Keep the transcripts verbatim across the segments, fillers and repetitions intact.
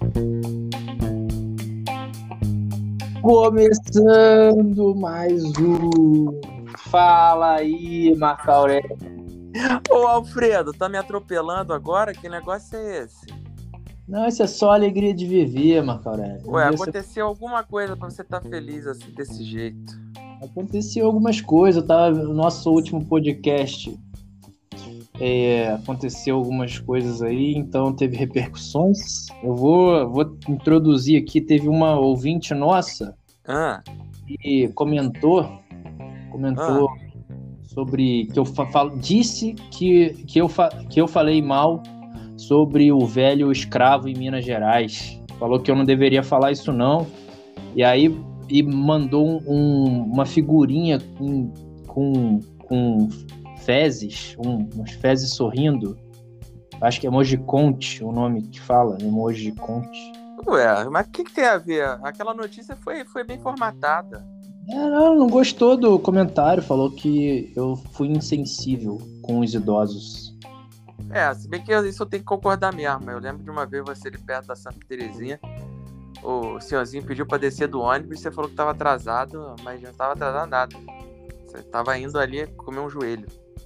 Começando mais um. Fala aí, Marco Aurélio. Ô, Alfredo, tá me atropelando agora? Que negócio é esse? Não, isso é só a alegria de viver, Marco Aurélio. Ué, Um aconteceu alguma coisa pra você estar feliz assim, desse jeito? Aconteceu algumas coisas, tá? No nosso último podcast é, aconteceu algumas coisas aí, então teve repercussões. Eu vou, vou introduzir aqui, teve uma ouvinte nossa Ah, que comentou, comentou ah. sobre que eu fa- falo, disse que, que, eu fa- que eu falei mal sobre o velho escravo em Minas Gerais. Falou que eu não deveria falar isso não. E aí e mandou um, uma figurinha com, com, com fezes, um, umas fezes sorrindo. Acho que é emoji conte o nome que fala, emoji conte. Ué, mas o que, que tem a ver? Aquela notícia foi, foi bem formatada. É, não, não gostou do comentário, falou que eu fui insensível com os idosos. É, se bem que isso eu tenho que concordar mesmo. Eu lembro de uma vez você ali perto da Santa Terezinha, o senhorzinho pediu pra descer do ônibus e você falou que tava atrasado, mas não tava atrasado nada. Você tava indo ali comer um joelho.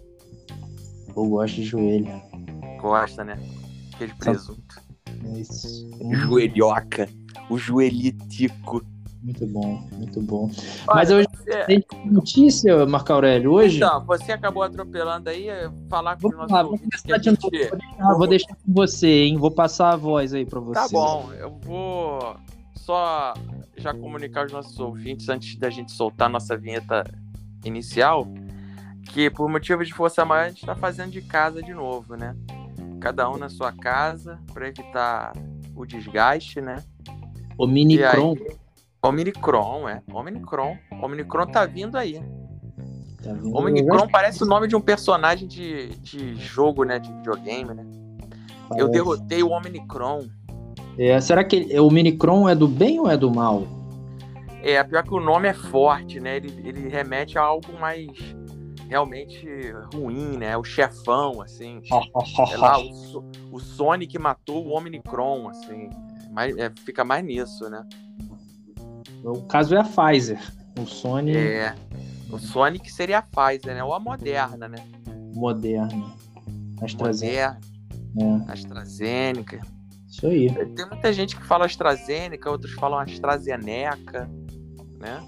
Eu gosto de joelho. Gosta, né? Queijo de presunto. Isso. Joelhoca. O joelitico. Muito bom, muito bom. Olha, Mas hoje você... tem notícia, Marco Aurélio, hoje? Então, você acabou atropelando aí, falar com os Vamos nossos lá, vou ouvintes que começar a de gente... novo. Vou deixar, vou deixar com você, hein? Vou passar a voz aí pra você. Tá bom, eu vou só já comunicar aos nossos ouvintes antes da gente soltar a nossa vinheta inicial, que por motivo de força maior a gente tá fazendo de casa de novo, né? Cada um na sua casa, para evitar o desgaste, né? O Minicron. Omnicron, é. Omnicron. Omnicron tá vindo aí. Tá vindo? Omnicron parece o nome de um personagem de, de jogo, né? De videogame, né? Parece. Eu derrotei o Omnicron. É, será que ele, o Minicron é do bem ou é do mal? É, pior que o nome é forte, né? Ele, ele remete a algo mais realmente ruim, né? O chefão, assim. Sei lá, o, o Sonic matou o Omnicron, assim. Mas, é, fica mais nisso, né? O caso é a Pfizer. O Sony É. O Sonic seria a Pfizer, né? Ou a Moderna, né? moderno. AstraZeneca. Moderna, É. AstraZeneca. Isso aí. Tem muita gente que fala AstraZeneca, outros falam AstraZeneca, né?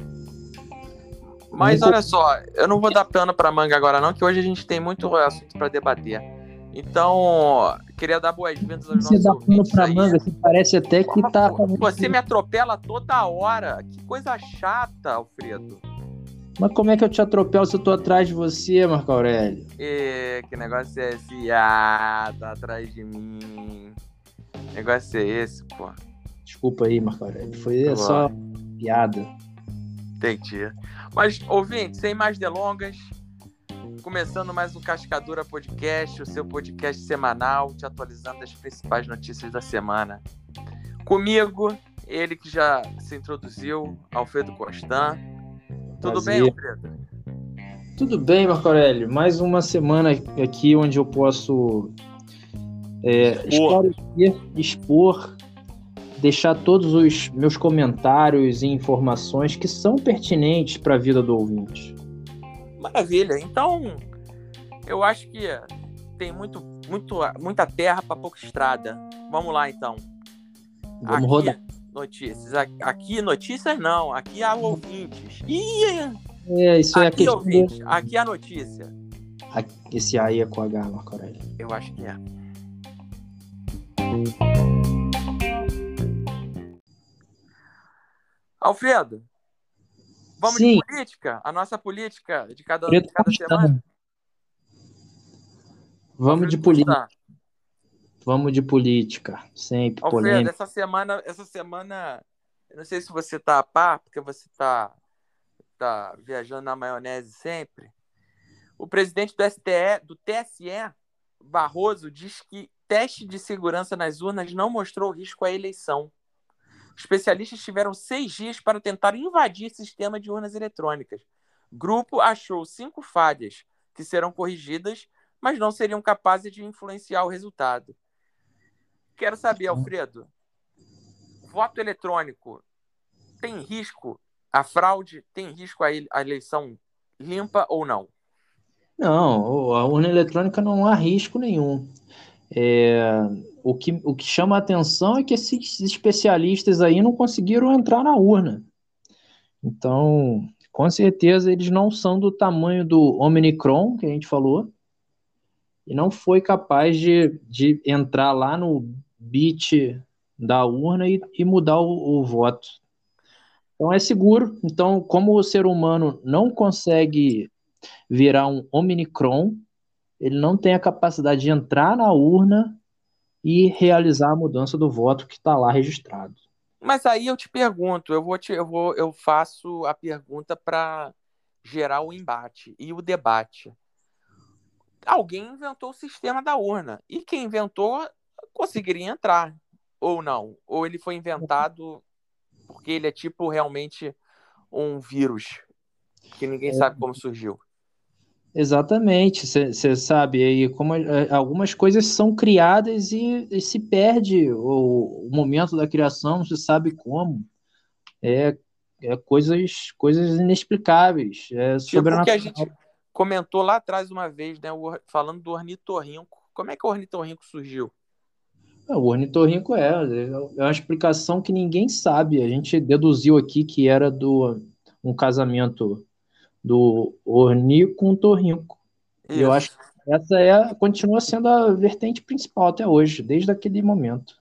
Mas olha só, eu não vou dar pano pra manga agora não, que hoje a gente tem muito assunto pra debater. Então, queria dar boas-vindas aos Você nossos dá pano ouvintes pra aí. manga, você parece até que Mas, tá... pô, Você me atropela toda hora. Que coisa chata, Alfredo. Mas como é que eu te atropelo se eu tô atrás de você, Marco Aurélio? E, que negócio é esse? Ah, tá atrás de mim. Que negócio é esse, pô? Desculpa aí, Marco Aurélio. Foi Pô. só piada. Entendi. Mas, ouvinte, sem mais delongas, começando mais um Cascadura Podcast, o seu podcast semanal, te atualizando as principais notícias da semana. Comigo, ele que já se introduziu, Alfredo Costan. Tudo Prazer. bem, Alfredo? Tudo bem, Marco Aurélio. Mais uma semana aqui onde eu posso é, esclarecer, expor, deixar todos os meus comentários e informações que são pertinentes para a vida do ouvinte. Maravilha. Então, eu acho que tem muito, muito, muita terra para pouca estrada. Vamos lá, então. Vamos aqui, rodar. Notícias. Aqui, notícias não. Aqui há ouvintes. Ih! É, isso é a Aqui, questão ouvinte. do... Aqui a notícia. Esse aí é com H, Marco Aurélio. Eu acho que é. Alfredo, vamos Sim. de política? A nossa política de cada, Preto de cada semana? Vamos Alfredo de política. Costan. Vamos de política. Sempre Alfredo, polêmica. essa semana, essa semana, eu não sei se você tá a par, porque você tá, tá viajando na maionese sempre. O presidente do S T E, do T S E, Barroso, diz que teste de segurança nas urnas não mostrou risco à eleição. Especialistas tiveram seis dias para tentar invadir o sistema de urnas eletrônicas. Grupo achou cinco falhas que serão corrigidas, mas não seriam capazes de influenciar o resultado. Quero saber, Alfredo, voto eletrônico tem risco? A fraude tem risco a ele- a eleição limpa ou não? Não, a urna eletrônica não há risco nenhum. É, o que, o que chama a atenção é que esses especialistas aí não conseguiram entrar na urna. Então, com certeza, eles não são do tamanho do Omicron, que a gente falou, e não foi capaz de, de entrar lá no bit da urna e, e mudar o, o voto. Então, é seguro. Então, como o ser humano não consegue virar um Omicron, ele não tem a capacidade de entrar na urna e realizar a mudança do voto que está lá registrado. Mas aí eu te pergunto, eu vou te, eu vou, eu faço a pergunta para gerar o embate e o debate. Alguém inventou o sistema da urna e quem inventou conseguiria entrar ou não? Ou ele foi inventado porque ele é tipo realmente um vírus que ninguém sabe como surgiu? Exatamente, você sabe aí como é, algumas coisas são criadas e, e se perde o, o momento da criação, não se sabe como. É, é coisas, coisas inexplicáveis, é Tipo o que a gente sobrenatural. comentou lá atrás uma vez, né? o- Falando do ornitorrinco. Como é que o ornitorrinco surgiu? É, o ornitorrinco é, é uma explicação que ninguém sabe. A gente deduziu aqui que era do um casamento do orni com o torrinco. E eu acho Isso. que essa é, continua sendo a vertente principal até hoje, desde aquele momento.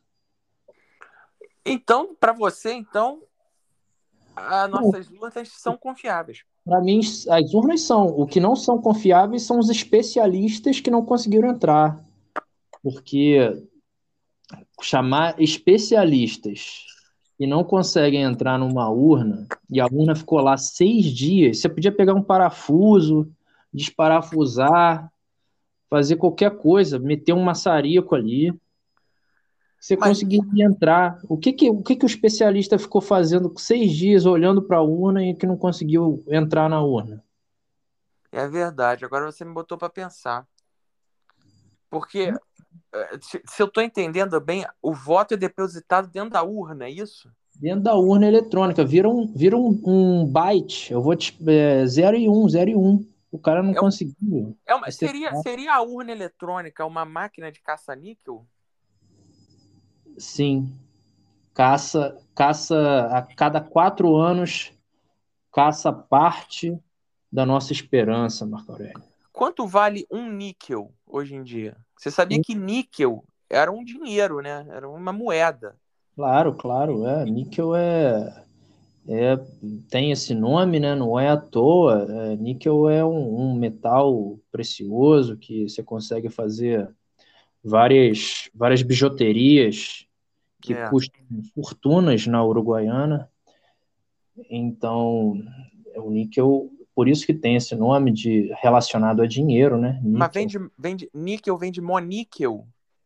Então, para você, então, as nossas urnas são confiáveis. Para mim, as urnas são. O que não são confiáveis são os especialistas que não conseguiram entrar. Porque chamar especialistas que não conseguem entrar numa urna, e a urna ficou lá seis dias, você podia pegar um parafuso, desparafusar, fazer qualquer coisa, meter um maçarico ali, você Mas conseguiria entrar. O que que, o que que o especialista ficou fazendo seis dias olhando para a urna e que não conseguiu entrar na urna? é verdade. Agora você me botou para pensar. Porque, eh, se se eu estou entendendo bem, o voto é depositado dentro da urna, é isso? Dentro da urna eletrônica, vira um, vira um, um byte, eu vou te, é, zero e um, zero e um. O cara não É um, conseguiu é uma, seria, acessar. seria a urna eletrônica uma máquina de caça-níquel? Sim, caça, caça a cada quatro anos, caça parte da nossa esperança, Marco Aurélio. Quanto vale um níquel hoje em dia? Você sabia que níquel era um dinheiro, né? Era uma moeda. Claro, claro, é. Níquel é, é, tem esse nome, né? Não é à toa. É, níquel é um, um metal precioso que você consegue fazer várias, várias bijuterias que É. custam fortunas na Uruguaiana. Então, é o níquel, por isso que tem esse nome de relacionado a dinheiro, né? Mas vem Níquel, de, vem de níquel, vem de moníquel.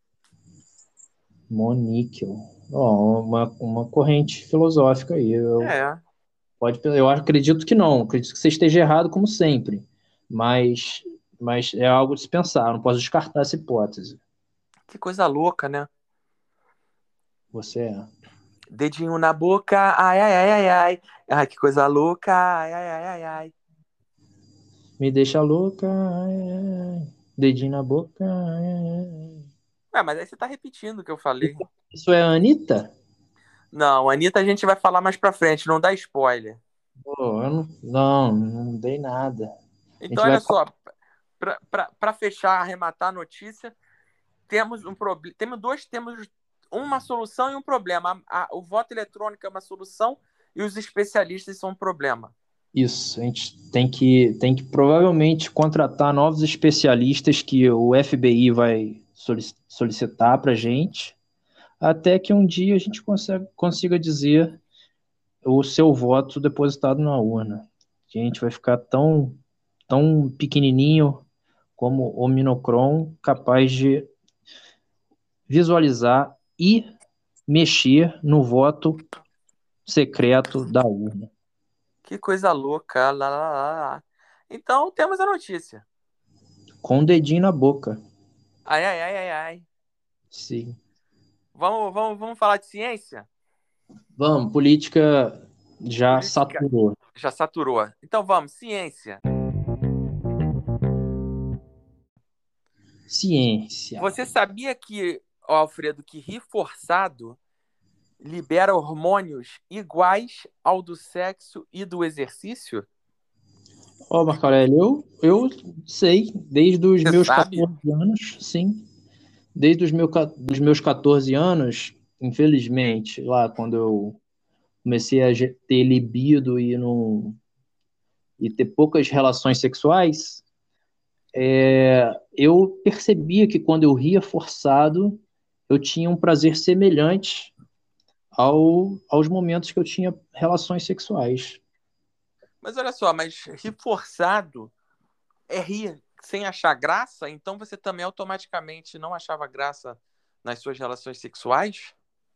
moníquel. Ó, uma, uma corrente filosófica aí. Eu, É. pode, eu acredito que não, acredito que você esteja errado, como sempre. Mas, mas é algo de se pensar, não posso descartar essa hipótese. Que coisa louca, né? Você é. Dedinho na boca, ai, ai, ai, ai, ai. Ai, que coisa louca, ai, ai, ai, ai, ai. Me deixa louca, ai, ai, ai. Dedinho na boca, ai, ai, ai. Ué, mas aí você tá repetindo o que eu falei. Isso é a Anitta? Não, Anitta, a gente vai falar mais pra frente, não dá spoiler. Pô, eu não, não, não dei nada. A Então, gente vai. olha só, pra, pra, pra fechar, arrematar a notícia, temos um problema. Temos dois, temos uma solução e um problema. A- a- o voto eletrônico é uma solução e os especialistas são um problema. Isso, a gente tem que, tem que provavelmente contratar novos especialistas que o F B I vai solic- solicitar para a gente, até que um dia a gente consiga, consiga dizer o seu voto depositado na urna. A gente vai ficar tão, tão pequenininho como o Minocron, capaz de visualizar e mexer no voto secreto da urna. Que coisa louca. Lá, lá, lá, lá. Então, temos a notícia. Com o dedinho na boca. Ai, ai, ai, ai, ai. Sim. Vamos, vamos, vamos falar de ciência? Vamos, política já Política saturou. já saturou. Então vamos, ciência. Ciência. Você sabia que, ó, Alfredo, que rir forçado libera hormônios iguais ao do sexo e do exercício? Ó, Marco Aurélio, eu, eu sei, desde os Você meus sabe? quatorze anos, sim. Desde os meu, ca- dos meus quatorze anos, infelizmente, lá quando eu comecei a ge- ter libido e, não, e ter poucas relações sexuais, é, eu percebia que quando eu ria forçado, eu tinha um prazer semelhante ao, aos momentos que eu tinha relações sexuais. Mas olha só, mas rir forçado é rir sem achar graça? Então você também automaticamente não achava graça nas suas relações sexuais?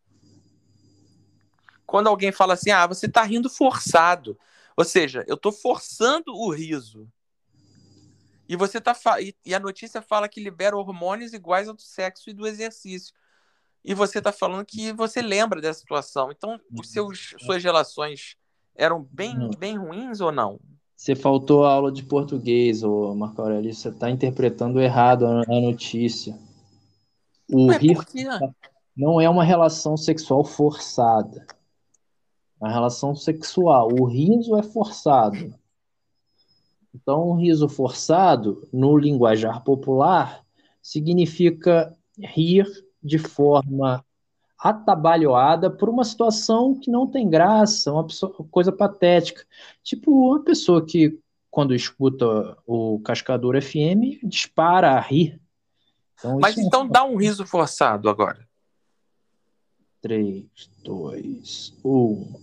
Quando alguém fala assim, ah, você tá rindo forçado. Ou seja, eu tô forçando o riso. E você tá fa... e a notícia fala que libera hormônios iguais ao do sexo e do exercício. E você tá falando que você lembra dessa situação. Então, os seus suas relações eram bem bem ruins ou não? Você faltou a aula de português, ô Marco Aurélio. Você está interpretando errado a, a notícia. O Ué, rir por quê? não é uma relação sexual forçada. É uma relação sexual. O riso é forçado. Então, o riso forçado, no linguajar popular, significa rir de forma atabalhoada por uma situação que não tem graça, uma pessoa- coisa patética. Tipo, uma pessoa que, quando escuta o Cascador F M, dispara a rir. Então, Mas isso é então um dá um riso forçado agora. três, dois, um.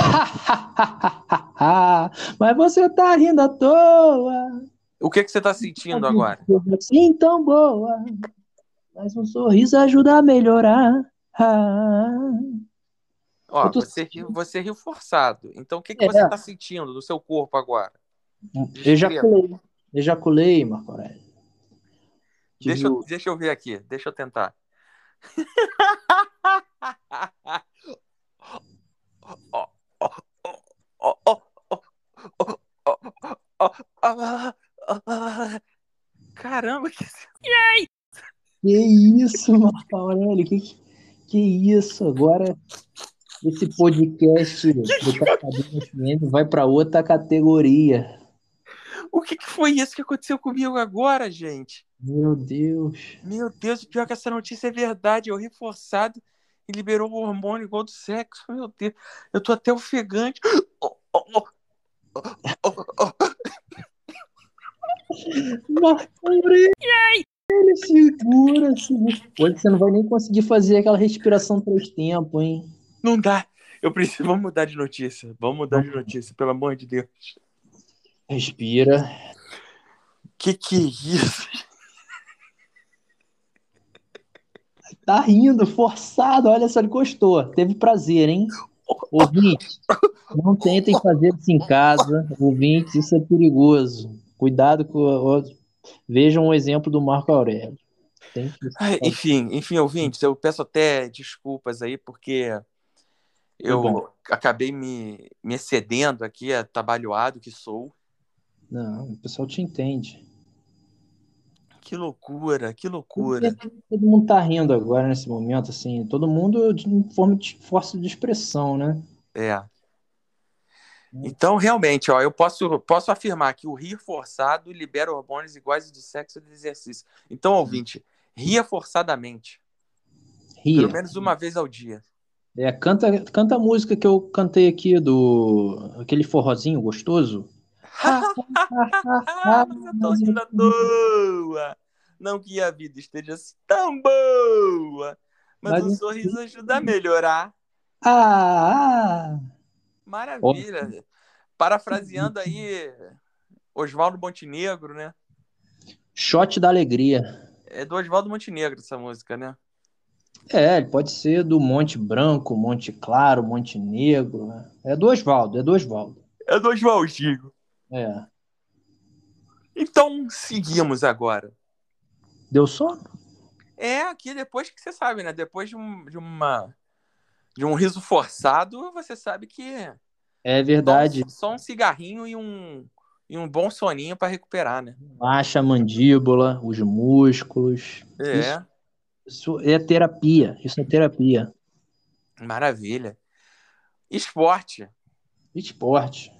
Mas você tá rindo à toa. O que que você tá sentindo agora? Assim tão boa. Mas um sorriso ajuda a melhorar. Ah, eu Ó, tô você riu, você riu forçado. Então o que que você é, tá sentindo do seu corpo agora? Descreva. ejaculei. Ejaculei, Marco Aurélio. Tive Deixa eu, o. deixa eu ver aqui. Deixa eu tentar. Caramba, que... Que isso, Marco Aurélio? Que, que isso? Agora esse podcast do Cascadinho F M vai para outra categoria. o que que foi isso que aconteceu comigo agora, gente? Meu Deus. Meu Deus, pior que essa notícia é verdade. Eu ri forçado e liberou um hormônio igual do sexo. Meu Deus, eu tô até ofegante. Oh, oh, oh, oh, oh. Marco Aurélio, segura, segura. Hoje você não vai nem conseguir fazer aquela respiração três tempos, hein? Não dá. Eu preciso. Vamos mudar de notícia. Vamos mudar de notícia, pelo amor de Deus. Respira. Que que é isso? Tá rindo, forçado. Olha só, ele gostou. Teve prazer, hein? Ouvinte, não tentem fazer isso em casa. Ouvintes, isso é perigoso. Cuidado com. o- Vejam o exemplo do Marco Aurélio. Tem que. Ai, enfim, enfim, ouvintes, eu peço até desculpas aí, porque Foi bom. eu acabei me, me excedendo aqui, atabalhoado que sou. Não, o pessoal te entende. Que loucura, que Porque loucura. todo mundo tá rindo agora nesse momento, assim. Todo mundo de em forma de força de expressão, né? É. Então, realmente, ó, eu posso, posso afirmar que o rir forçado libera hormônios iguais ao do sexo e do exercício. Então, ouvinte, ria forçadamente, pelo Ria. menos uma vez ao dia. É, canta, canta a música que eu cantei aqui do aquele forrozinho gostoso. Ha, ha, ha, ha, Você tá mas eu- rindo à toa. Não que a vida esteja assim tão boa, mas mas um eu- sorriso ajuda a melhorar. ah, ah. Ó, Maravilha. Parafraseando aí Oswaldo Montenegro, né? shot da alegria. É do Oswaldo Montenegro essa música, né? É, ele pode ser do Monte Branco, Monte Claro, Monte Negro, né? É do Oswaldo, é do Oswaldo. É do Oswaldinho. É. Então, seguimos agora. Deu sono? É aqui depois que você sabe, né? Depois de, um- de uma de um riso forçado, você sabe que É só um, verdade. só um cigarrinho e um, e um bom soninho para recuperar, né? Baixa a mandíbula, os músculos. Isso, É, isso é terapia. Isso é terapia. maravilha. Esporte. Esporte.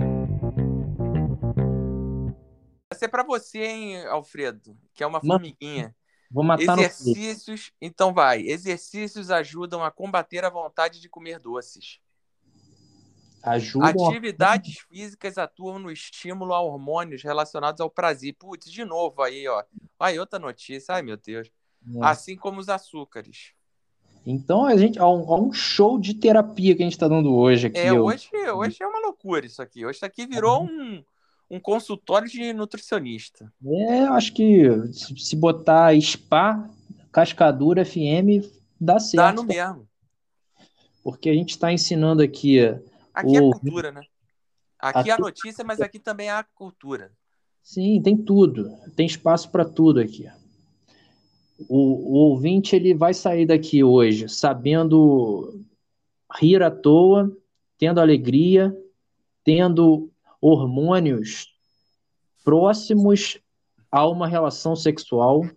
Essa é para você, hein, Alfredo, que é uma Mano, formiguinha. vou matar no peito. Exercícios, então vai. Exercícios ajudam a combater a vontade de comer doces. Ajudam a... Atividades físicas atuam no estímulo a hormônios relacionados ao prazer. Putz, de novo aí, ó. Aí, outra notícia. Ai, meu Deus. É. Assim como os açúcares. Então, a gente, há um, há um show de terapia que a gente está dando hoje aqui. É, Eu, hoje, hoje é uma loucura isso aqui. Hoje isso aqui virou um, um consultório de nutricionista. é, eu acho que se se botar Spa, Cascadura F M, dá Dá no certo, tá? mesmo. Porque a gente está ensinando aqui Aqui é o... cultura, né? Aqui é a a- notícia, mas aqui também é a cultura. Sim, tem tudo. Tem espaço para tudo aqui. O, o ouvinte ele vai sair daqui hoje sabendo rir à toa, tendo alegria, tendo hormônios próximos a uma relação sexual.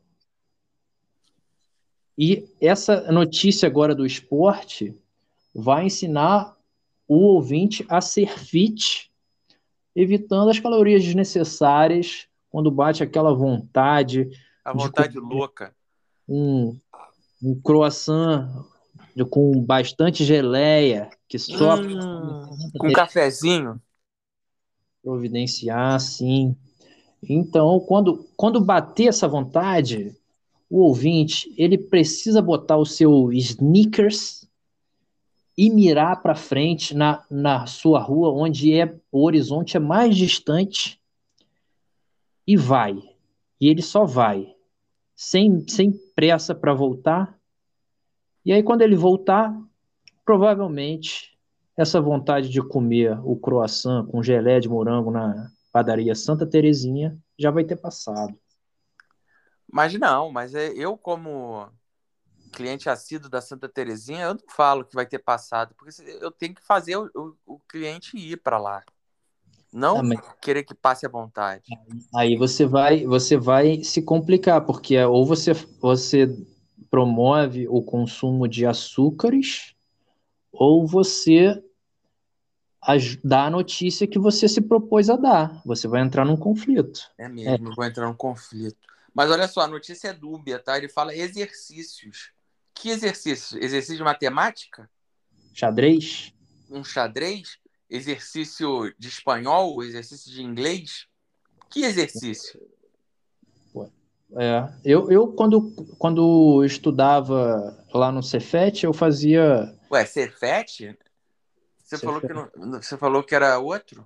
E essa notícia agora do esporte vai ensinar o ouvinte a ser fit, evitando as calorias desnecessárias quando bate aquela vontade A de vontade comer louca. um, um croissant de- com bastante geleia, que só Hum, com cafezinho. providenciar, sim. Então, quando, quando bater essa vontade, o ouvinte ele precisa botar o seu sneakers e mirar para frente na, na sua rua, onde é o horizonte é mais distante, e vai. E ele só vai, sem, sem pressa para voltar. E aí, quando ele voltar, provavelmente essa vontade de comer o croissant com gelé de morango na padaria Santa Terezinha já vai ter passado. Mas não, mas é- eu, como cliente assíduo da Santa Terezinha, eu não falo que vai ter passado, porque eu tenho que fazer o, o, o cliente ir para lá. Ah, Não mas querer que passe à vontade. aí você vai, você vai se complicar, porque é, ou você, você promove o consumo de açúcares, ou você aj- dá a notícia que você se propôs a dar. Você vai entrar num conflito. É É, mesmo, eu vou entrar num conflito. Mas olha só, a notícia é dúbia, tá? Ele fala exercícios. Que exercícios? Exercício de matemática? xadrez? Um xadrez? Exercício de espanhol? Exercício de inglês? Que exercício? Pô, é, eu, eu quando, quando estudava lá no Cefet, eu fazia. Ué, Cefete? Você falou que Cefet, não, você falou que era outro?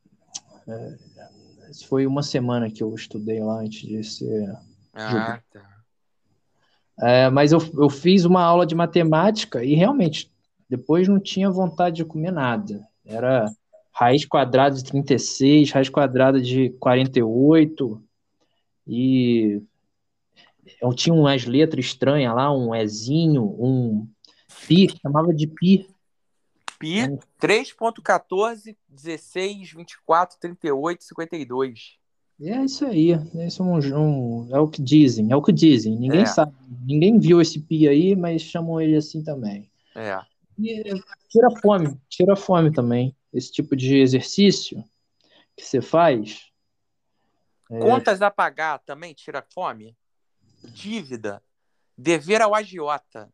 foi uma semana que eu estudei lá antes de ser julgado. Ah, tá. É, mas eu, eu fiz uma aula de matemática e realmente depois não tinha vontade de comer nada. Era raiz quadrada de trinta e seis, raiz quadrada de quarenta e oito e eu tinha umas letras estranhas lá, um ezinho, um pi, chamava de pi. É, Pi um, três ponto quatorze, dezesseis, vinte e quatro, trinta e oito, cinquenta e dois. é isso aí, é, isso é, um, um- é o que dizem, é o que dizem. Ninguém É, sabe, ninguém viu esse pi aí, mas chamam ele assim também. é. E tira fome, tira fome também. Esse tipo de exercício que você faz, Contas a pagar também tira fome? Dívida. Dever ao agiota.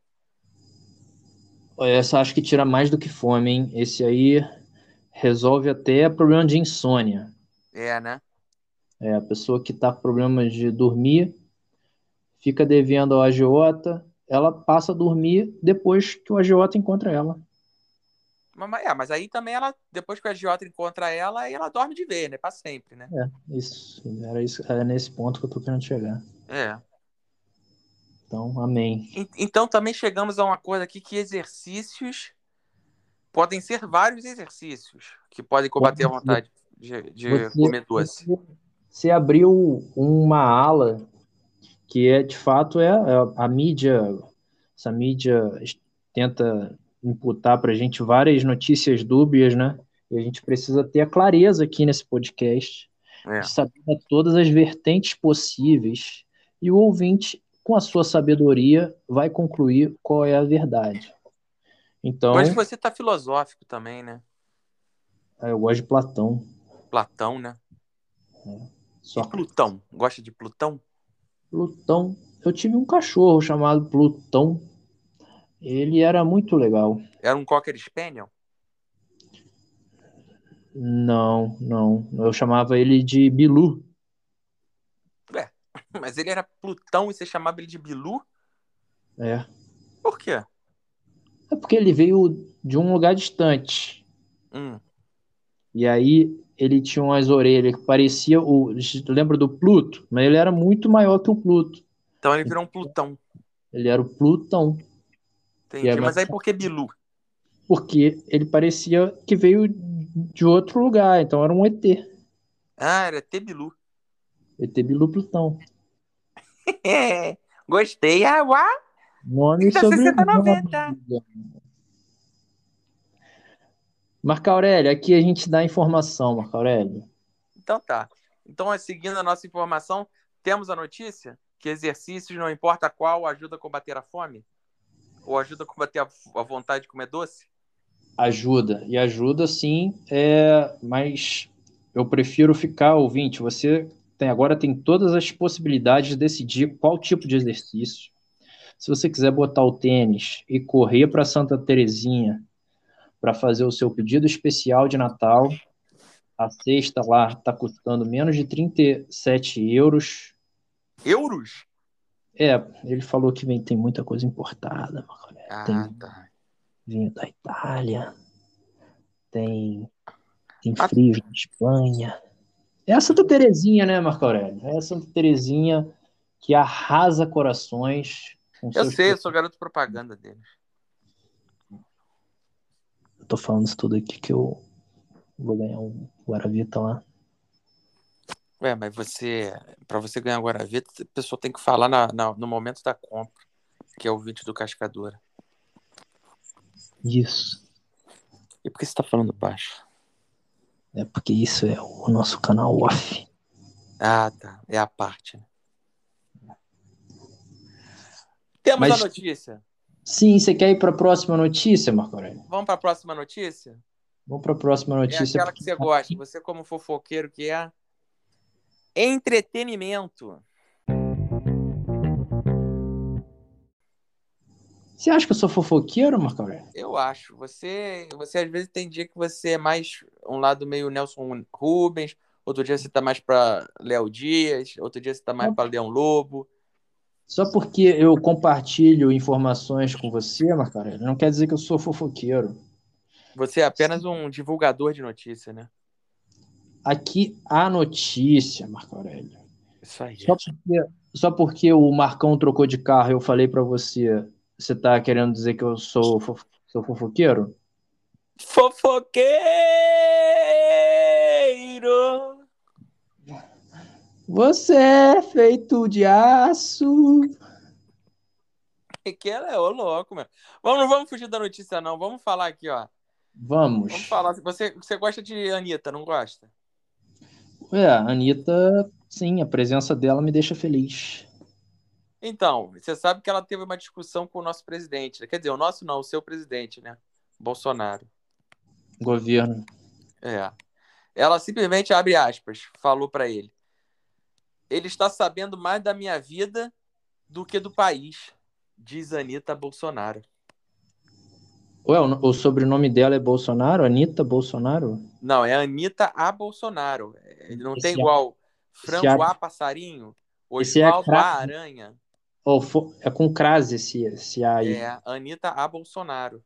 essa acho que tira mais do que fome, hein? Esse aí resolve até problema de insônia. É, né? É, a pessoa que está com problema de dormir, fica devendo ao agiota, ela passa a dormir depois que o agiota encontra ela. Mas, é, mas aí também ela, depois que o agiota encontra ela, aí ela dorme de vez, né? Pra sempre, né? É, isso, era isso, era nesse ponto que eu tô querendo chegar. É. Então, amém. En- Então também chegamos a um acordo aqui que exercícios podem ser vários exercícios que podem combater a vontade de, de Você, comer doce. você, você abriu uma ala que é de fato é a, a mídia, essa mídia tenta imputar para a gente várias notícias dúbias, né? E a gente precisa ter a clareza aqui nesse podcast É. de saber todas as vertentes possíveis e o ouvinte, com a sua sabedoria, vai concluir qual é a verdade. Então, Hoje você tá filosófico também, né? eu gosto de Platão. Platão, né? Né? E Sócrates. Plutão? Gosta de Plutão? Plutão. Eu tive um cachorro chamado Plutão. Ele era muito legal. Era um Cocker Spaniel? Não, não. Eu chamava ele de Bilu. Ué, mas ele era Plutão e você chamava ele de Bilu? É. Por quê? É porque ele veio de um lugar distante. Hum. E aí ele tinha umas orelhas que parecia o. Lembra do Pluto? Mas ele era muito maior que o Pluto. Então ele virou um Plutão. Ele era o Plutão. E Entendi. aí, Mas aí por que Bilu? porque ele parecia que veio de outro lugar, então era um E T. Ah, era T-Bilu. E T Bilu Plutão. É, gostei. Ah, uá, Nome e trinta, sessenta, sobrenome. noventa. Marco Aurélio, aqui a gente dá informação, Marco Aurélio. Então tá. Então, seguindo a nossa informação, temos a notícia que exercícios, não importa qual, ajuda a combater a fome? Ou ajuda a combater a, a vontade de comer doce? Ajuda, e ajuda sim, é, mas eu prefiro ficar ouvinte. Você tem, agora tem todas as possibilidades de decidir qual tipo de exercício. Se você quiser botar o tênis e correr para Santa Terezinha para fazer o seu pedido especial de Natal, a cesta lá está custando menos de trinta e sete euros. Euros? É, ele falou que vem, tem muita coisa importada. Ah, tem tá. vinho da Itália, tem, tem Mas frios da Espanha. É a Santa Terezinha, né, Marco Aurélio? É a Santa Terezinha que arrasa corações com eu seus... sei, eu sou garoto propaganda deles. Eu tô falando isso tudo aqui que eu vou ganhar um Guaravita lá. Ué, mas você, pra você ganhar Guaravita, a pessoa tem que falar na, na- no momento da compra, que é o vídeo do Cascadora. Isso. E por que você tá falando baixo? É porque isso é o nosso canal off. Ah, tá. É a parte, né? Temos a Mas notícia. sim, você quer ir para a próxima notícia, Marco Aurélio? Vamos para a próxima notícia? Vamos para a próxima É notícia. aquela que Porque... você gosta. Você, como fofoqueiro que é. Entretenimento. Você acha que eu sou fofoqueiro, Marco Aurélio? Eu acho. Você, você às vezes tem dia que você é mais um lado meio Nelson Rubens, outro dia você tá mais para Léo Dias, outro dia você tá mais para Leão Lobo. Só porque eu compartilho informações com você, Marco Aurélio, não quer dizer que eu sou fofoqueiro. Você é apenas um divulgador de notícia, né? Aqui a notícia, Marco Aurélio. Isso aí. Só porque, só porque o Marcão trocou de carro e eu falei para você, você tá querendo dizer que eu sou, fofo, sou fofoqueiro? Fofoqueiro! Você é feito de aço. É que ela é ô louco, meu. Vamos, não vamos fugir da notícia, não. Vamos falar aqui, ó. Vamos. Vamos falar. Você, você gosta de Anitta, não gosta? É, a Anitta, sim, a presença dela me deixa feliz. Então, você sabe que ela teve uma discussão com o nosso presidente. Quer dizer, o nosso não, o seu presidente, né? Bolsonaro. Governo. É. Ela simplesmente, abre aspas, falou pra ele: ele está sabendo mais da minha vida do que do país, diz Anitta Bolsonaro. Ué, o, o sobrenome dela é Bolsonaro? Anitta Bolsonaro? Não, é Anitta a Bolsonaro. Não tem Esse, igual esse, Frango a Passarinho, esse é Oswaldo a crase. Aranha. Oh, fo- é com crase esse, esse A aí. É Anitta a Bolsonaro.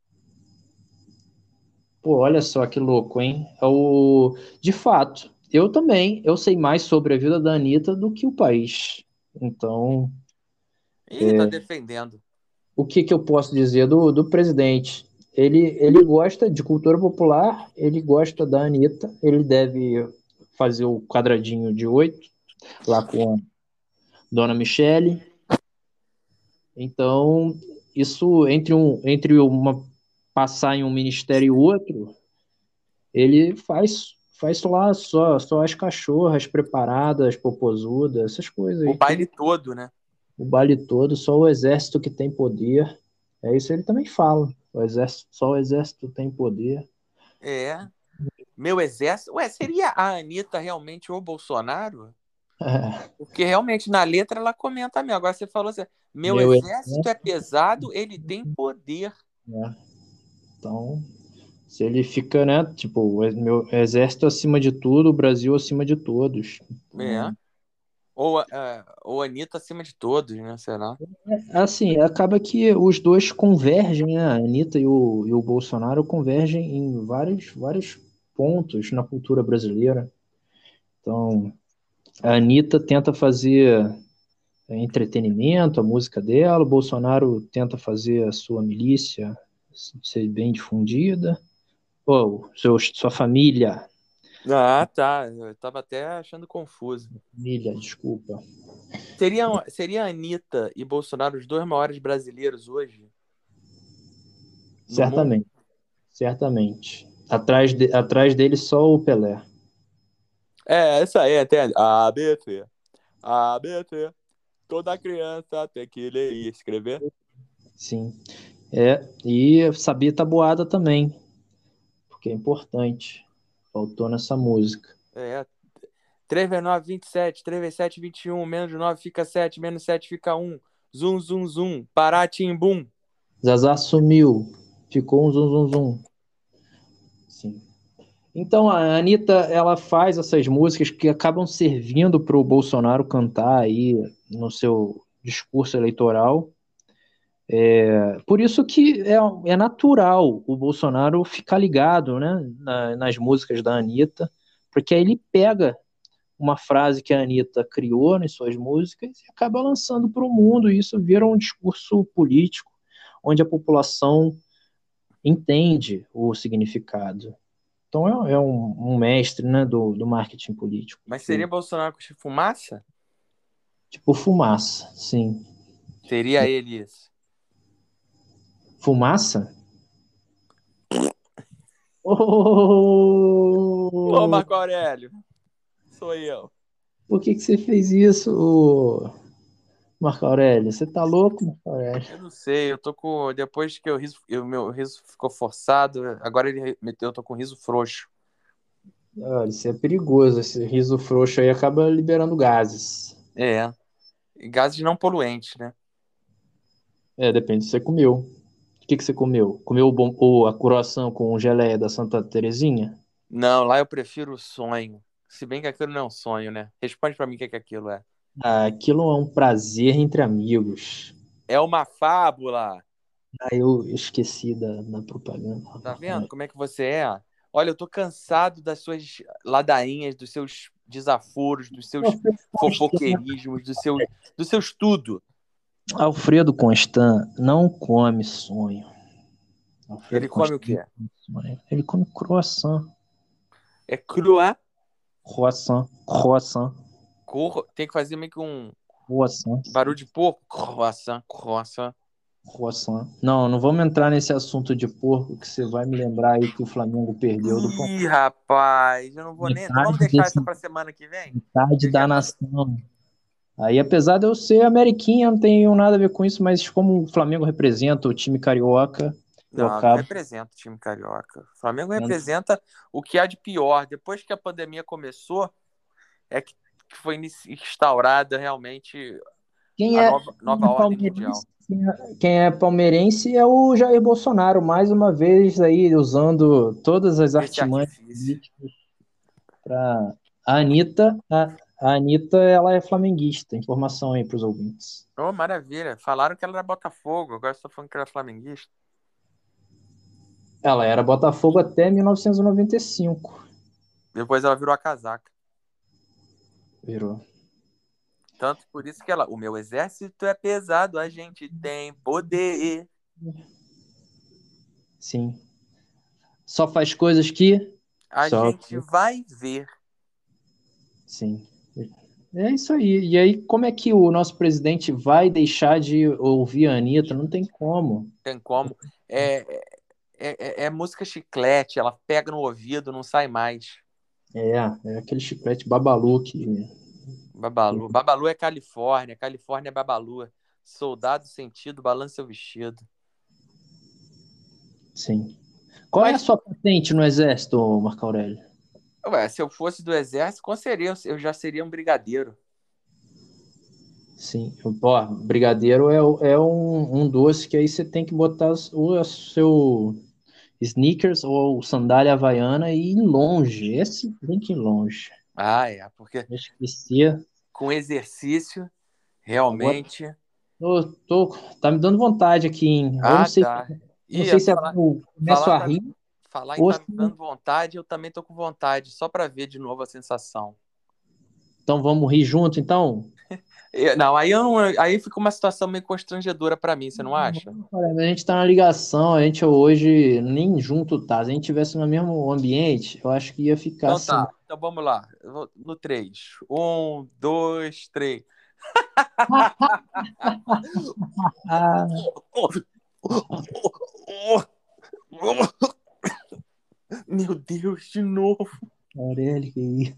Pô, olha só que louco, hein? É o... De fato, eu também, eu sei mais sobre a vida da Anitta do que o país. Então, Ih, tá defendendo. o que que eu posso dizer do, do presidente? Ele, ele gosta de cultura popular, ele gosta da Anitta, ele deve fazer o quadradinho de oito, lá com a Dona Michele. Então, isso entre, um, entre uma passar em um ministério e outro, ele faz, faz lá só, só as cachorras preparadas, popozudas, essas coisas O aí, baile tudo, todo, né? o baile todo, só o exército que tem poder. É isso ele também fala. O exército, só o exército tem poder. É. Meu exército. Ué, seria a Anitta realmente o Bolsonaro? É, Porque realmente na letra ela comenta mesmo. Agora você falou assim: meu meu exército é exército, pesado, ele tem poder. né? Então, se ele fica, né? Tipo, o ex- meu exército acima de tudo, o Brasil acima de todos. É. Então, Ou, é, ou Anitta acima de todos, né? Será? assim, acaba que os dois convergem, né? A Anitta e o, e o Bolsonaro convergem em vários, vários pontos na cultura brasileira. Então, a Anitta tenta fazer é, entretenimento, a música dela, o Bolsonaro tenta fazer a sua milícia ser bem difundida. Ou seu, sua família, Ah, tá. Eu tava até achando confuso. família, desculpa. Seria, seria a Anitta e Bolsonaro os dois maiores brasileiros hoje no mundo? Certamente, certamente. Atrás, de, atrás dele só o Pelé. É, essa aí, entende? A, B, C. A, B, C. Toda criança tem que ler e escrever. Sim. É, e sabia tabuada também, porque é importante. Faltou nessa música. É. três vezes nove, vinte e sete. três vezes sete, vinte e um. Menos nove fica sete. Menos sete fica um. Zum, zum, zum. Pará, tim, bum. Zazá sumiu. Ficou um zum zum zum. Sim. Então a Anitta, ela faz essas músicas que acabam servindo para o Bolsonaro cantar aí no seu discurso eleitoral. Por isso que é, é natural o Bolsonaro ficar ligado, né, na- nas músicas da Anitta, porque aí ele pega uma frase que a Anitta criou nas suas músicas e acaba lançando para o mundo, e isso vira um discurso político, onde a população entende o significado. Então é, é um, um mestre, né, do, do marketing político. Mas seria Que, Bolsonaro com fumaça? tipo fumaça, sim. Seria ele isso. Fumaça? Ô, Oh! Marco Aurélio. Sou eu. Por que que você fez isso, ô Marco Aurélio? Você tá louco, Marco Aurélio? Eu não sei, eu tô com. Depois que o riso, o meu riso ficou forçado, agora ele meteu, eu tô com riso frouxo. Olha, isso é perigoso. Esse riso frouxo aí acaba liberando gases. É. E gases não poluentes, né? É, depende do que você comeu. O que que você comeu? Comeu o, bom, o a croação com geleia da Santa Terezinha? Não, lá eu prefiro o sonho. Se bem que aquilo não é um sonho, né? Responde pra mim o que, que aquilo é. Ah, aquilo é um prazer entre amigos. É uma fábula. Ah, eu esqueci da, da propaganda. Tá vendo como é que você é? Olha, eu tô cansado das suas ladainhas, dos seus desaforos, dos seus fofoqueirismos, dos seus, dos seus tudo. Alfredo Constant não come sonho. Alfredo Ele come o Constant não quê? come sonho. Ele come croissant. É cruá. Croissant. Croissant. Cor... Tem que fazer meio que um Croissant. barulho de porco. Croissant, croissant. Croissant. Não, não vamos entrar nesse assunto de porco, que você vai me lembrar aí que o Flamengo perdeu do Palmeiras. Ih, rapaz, eu não vou nem. Então vamos Metade deixar desse, essa pra semana que vem? metade Você da já... nação. Aí, apesar de eu ser ameriquinha, não tenho nada a ver com isso, mas como o Flamengo representa o time carioca, eu Não, não acabo representa o time carioca. O Flamengo sendo. representa o que há de pior. Depois que a pandemia começou, é que que foi instaurada realmente Quem a é, nova, quem nova é ordem mundial. palmeirense, quem é, quem é palmeirense é o Jair Bolsonaro, mais uma vez aí usando todas as Esse artimanhas artifício. políticas para a Anitta. A, a Anitta, ela é flamenguista. Informação aí para os ouvintes. Oh, maravilha. Falaram que ela era Botafogo, agora estou falando que ela é flamenguista. Ela era Botafogo até mil novecentos e noventa e cinco. Depois ela virou a casaca. Virou. Tanto por isso que ela. O meu exército é pesado, a gente tem poder. Sim. Só faz coisas que. A Só. gente vai ver. Sim. É isso aí. E aí, como é que o nosso presidente vai deixar de ouvir a Anitta? Não tem como. Tem como. É, é, é música chiclete, ela pega no ouvido, não sai mais. É, é aquele chiclete Babalu que, que- Babalu. Babalu é Califórnia, Califórnia é Babalu. Soldado sentido, balança seu vestido. sim. Qual é a Mas, sua patente no exército, Marco Aurélio? ué, se eu fosse do exército, com certeza eu já seria um brigadeiro. Sim, ó, brigadeiro é, o- é um, um doce que aí você tem que botar o, o seu sneakers ou sandália havaiana e ir longe. Esse tem que ir longe. Ah, é, porque Eu esquecia. com exercício, Agora realmente. tô, tô- tá me dando vontade aqui, hein? Eu não Ah, sei, tá. não E sei é, se é falar, eu começo falar, a tá, rir falar em ou tá se... me dando vontade, eu também tô com vontade, só para ver de novo a sensação. Então vamos rir junto, então? Eu- não, aí, eu não, aí fica uma situação meio constrangedora para mim, você não acha? Cara, a gente tá na ligação, a gente hoje nem junto tá. Se a gente tivesse no mesmo ambiente, eu acho que ia ficar Então assim. tá, então vamos lá. Eu vou- No três. Um, dois, três. Ah, Meu Deus, de novo. Aurélio, que isso?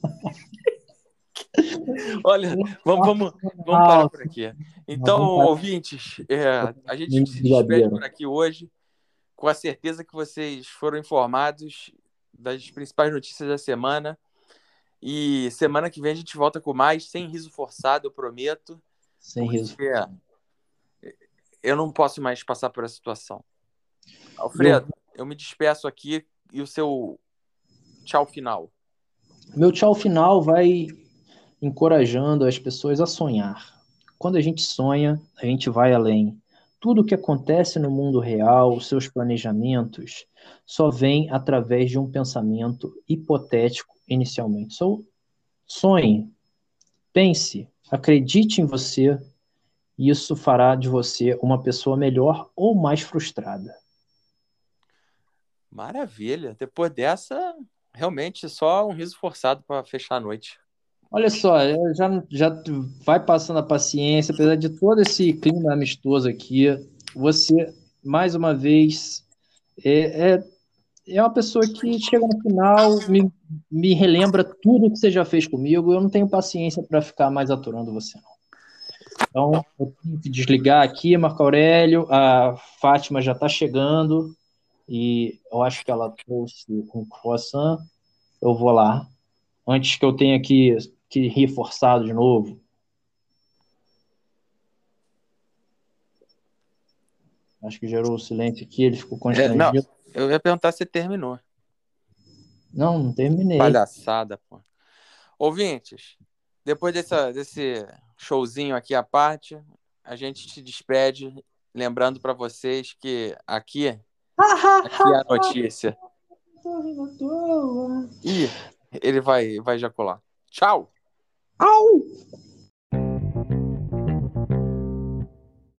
Olha, vamos, vamos, vamos parar Ah, por aqui. nós Então, vamos parar ouvintes, é, a gente de se despede por brigadeiro. aqui hoje, com a certeza que vocês foram informados das principais notícias da semana. E semana que vem a gente volta com mais, sem riso forçado, eu prometo, Sem riso. porque eu não posso mais passar por essa situação. Eu, Alfredo, eu me despeço aqui e o seu tchau final. meu tchau final vai encorajando as pessoas a sonhar. Quando a gente sonha, a gente vai além. Tudo o que acontece no mundo real, os seus planejamentos, só vem através de um pensamento hipotético inicialmente. Só sonhe, pense, acredite em você, e isso fará de você uma pessoa melhor ou mais frustrada. Maravilha. Depois dessa, realmente só um riso forçado para fechar a noite. Olha só, já, já vai passando a paciência, apesar de todo esse clima amistoso aqui, você, mais uma vez, é, é, é uma pessoa que chega no final, me, me relembra tudo que você já fez comigo, eu não tenho paciência para ficar mais aturando você, não. Então, eu tenho que desligar aqui, Marco Aurélio, a Fátima já está chegando, e eu acho que ela trouxe um croissant, eu vou lá, antes que eu tenha que, que rir forçado de novo. Acho que gerou o silêncio aqui, ele ficou É, não, constrangido. eu ia perguntar se terminou. Não, não terminei. Palhaçada, pô. Ouvintes, depois dessa, desse showzinho aqui à parte, a gente se despede, lembrando para vocês que aqui, aqui é a notícia. Tô rindo à toa. Ih, ele vai, vai ejacular. Tchau! Au!